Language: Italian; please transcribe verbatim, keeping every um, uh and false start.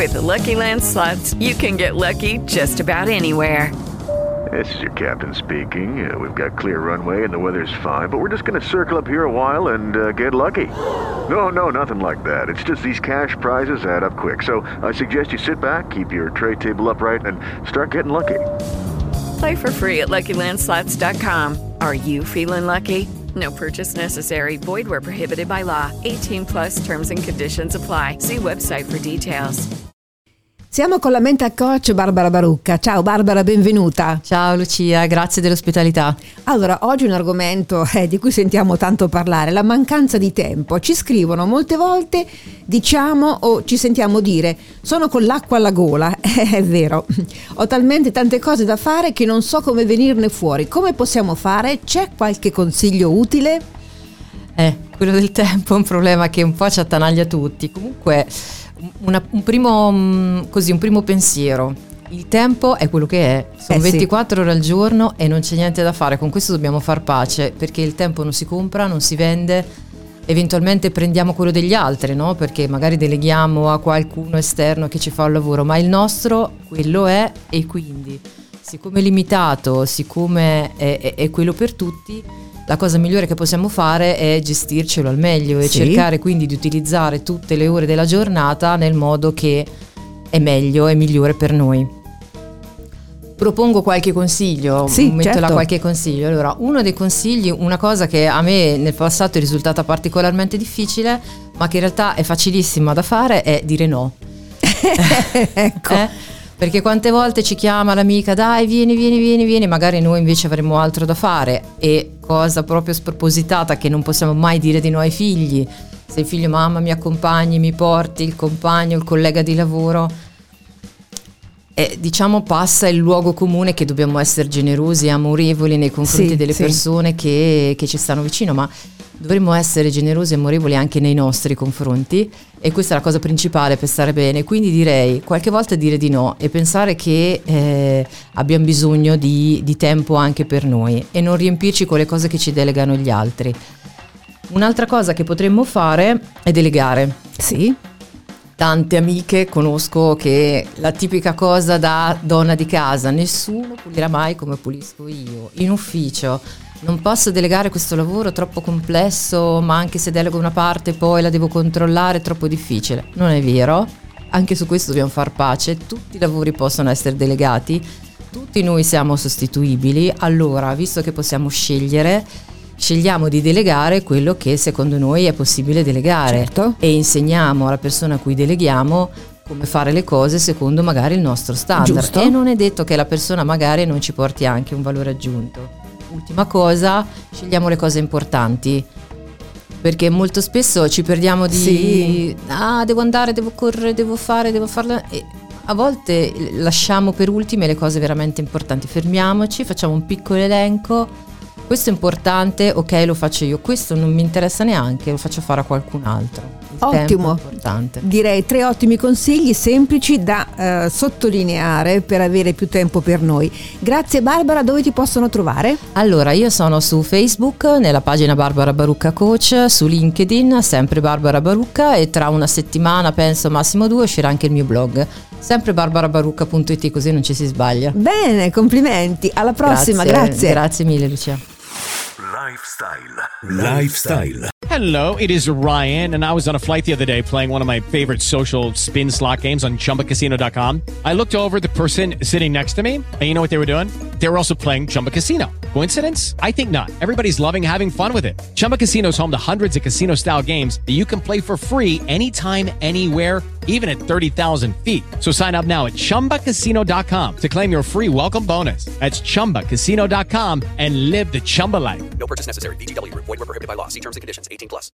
With the Lucky Land Slots, you can get lucky just about anywhere. This is your captain speaking. Uh, we've got clear runway and the weather's fine, but we're just going to circle up here a while and uh, get lucky. No, no, nothing like that. It's just these cash prizes add up quick. So I suggest you sit back, keep your tray table upright, and start getting lucky. Play for free at Lucky Land Slots dot com. Are you feeling lucky? No purchase necessary. Void where prohibited by law. eighteen plus terms and conditions apply. See website for details. Siamo con la mental coach Barbara Barucca. Ciao Barbara, benvenuta. Ciao Lucia, grazie dell'ospitalità. Allora, oggi un argomento eh, di cui sentiamo tanto parlare, la mancanza di tempo. Ci scrivono molte volte, diciamo o ci sentiamo dire, sono con l'acqua alla gola. Eh, è vero, ho talmente tante cose da fare che non so come venirne fuori. Come possiamo fare? C'è qualche consiglio utile? Eh, quello del tempo è un problema che un po' ci attanaglia tutti. Comunque... Una, un primo così un primo pensiero: il tempo è quello che è, sono eh sì. ventiquattro ore al giorno e non c'è niente da fare. Con questo dobbiamo far pace, perché il tempo non si compra, non si vende. Eventualmente prendiamo quello degli altri, no? Perché magari deleghiamo a qualcuno esterno che ci fa un lavoro, ma il nostro quello è, e quindi siccome è limitato, siccome è, è, è quello per tutti, la cosa migliore che possiamo fare è gestircelo al meglio e sì. cercare quindi di utilizzare tutte le ore della giornata nel modo che è meglio e migliore per noi. Propongo qualche consiglio, sì, metto certo. là qualche consiglio. Allora, uno dei consigli, una cosa che a me nel passato è risultata particolarmente difficile, ma che in realtà è facilissima da fare, è dire no. Ecco. Eh? Perché quante volte ci chiama l'amica, dai vieni vieni vieni vieni, magari noi invece avremo altro da fare, e cosa proprio spropositata che non possiamo mai dire di no ai figli. Se il figlio, mamma mi accompagni, mi porti, il compagno, il collega di lavoro, e diciamo passa il luogo comune che dobbiamo essere generosi e amorevoli nei confronti sì, delle sì. persone che, che ci stanno vicino, ma dovremmo essere generosi e amorevoli anche nei nostri confronti, e questa è la cosa principale per stare bene. Quindi direi qualche volta dire di no e pensare che eh, abbiamo bisogno di, di tempo anche per noi e non riempirci con le cose che ci delegano gli altri. Un'altra cosa che potremmo fare è delegare. Sì. Tante amiche conosco che la tipica cosa da donna di casa: nessuno pulirà mai come pulisco io. In ufficio non posso delegare questo lavoro troppo complesso, ma anche se delego una parte poi la devo controllare, è troppo difficile. Non è vero, anche su questo dobbiamo far pace. Tutti i lavori possono essere delegati, tutti noi siamo sostituibili. Allora, visto che possiamo scegliere, scegliamo di delegare quello che secondo noi è possibile delegare, certo. E insegniamo alla persona a cui deleghiamo come fare le cose secondo magari il nostro standard. Giusto. E non è detto che la persona magari non ci porti anche un valore aggiunto. Ultima cosa, scegliamo le cose importanti, perché molto spesso ci perdiamo di sì. ah devo andare, devo correre, devo fare, devo farla, e a volte lasciamo per ultime le cose veramente importanti. Fermiamoci, facciamo un piccolo elenco. Questo è importante, ok, lo faccio io. Questo non mi interessa neanche, lo faccio fare a qualcun altro. Il Ottimo, tempo è importante. Direi tre ottimi consigli semplici da eh, sottolineare per avere più tempo per noi. Grazie Barbara, dove ti possono trovare? Allora, io sono su Facebook nella pagina Barbara Barucca Coach, su LinkedIn sempre Barbara Barucca, e tra una settimana, penso massimo due, uscirà anche il mio blog, sempre barbarabarucca punto it, così non ci si sbaglia. Bene, complimenti, alla prossima, grazie. grazie. Grazie mille Lucia. Lifestyle. Lifestyle. Hello, it is Ryan, and I was on a flight the other day playing one of my favorite social spin slot games on chumba casino dot com. I looked over at the person sitting next to me, and you know what they were doing? They were also playing Chumba Casino. Coincidence? I think not. Everybody's loving having fun with it. Chumba Casino is home to hundreds of casino-style games that you can play for free anytime, anywhere, even at thirty thousand feet. So sign up now at chumba casino dot com to claim your free welcome bonus. That's chumba casino dot com and live the Chumba life. No purchase necessary. V G W. Void where prohibited by law. See terms and conditions. eighteen plus.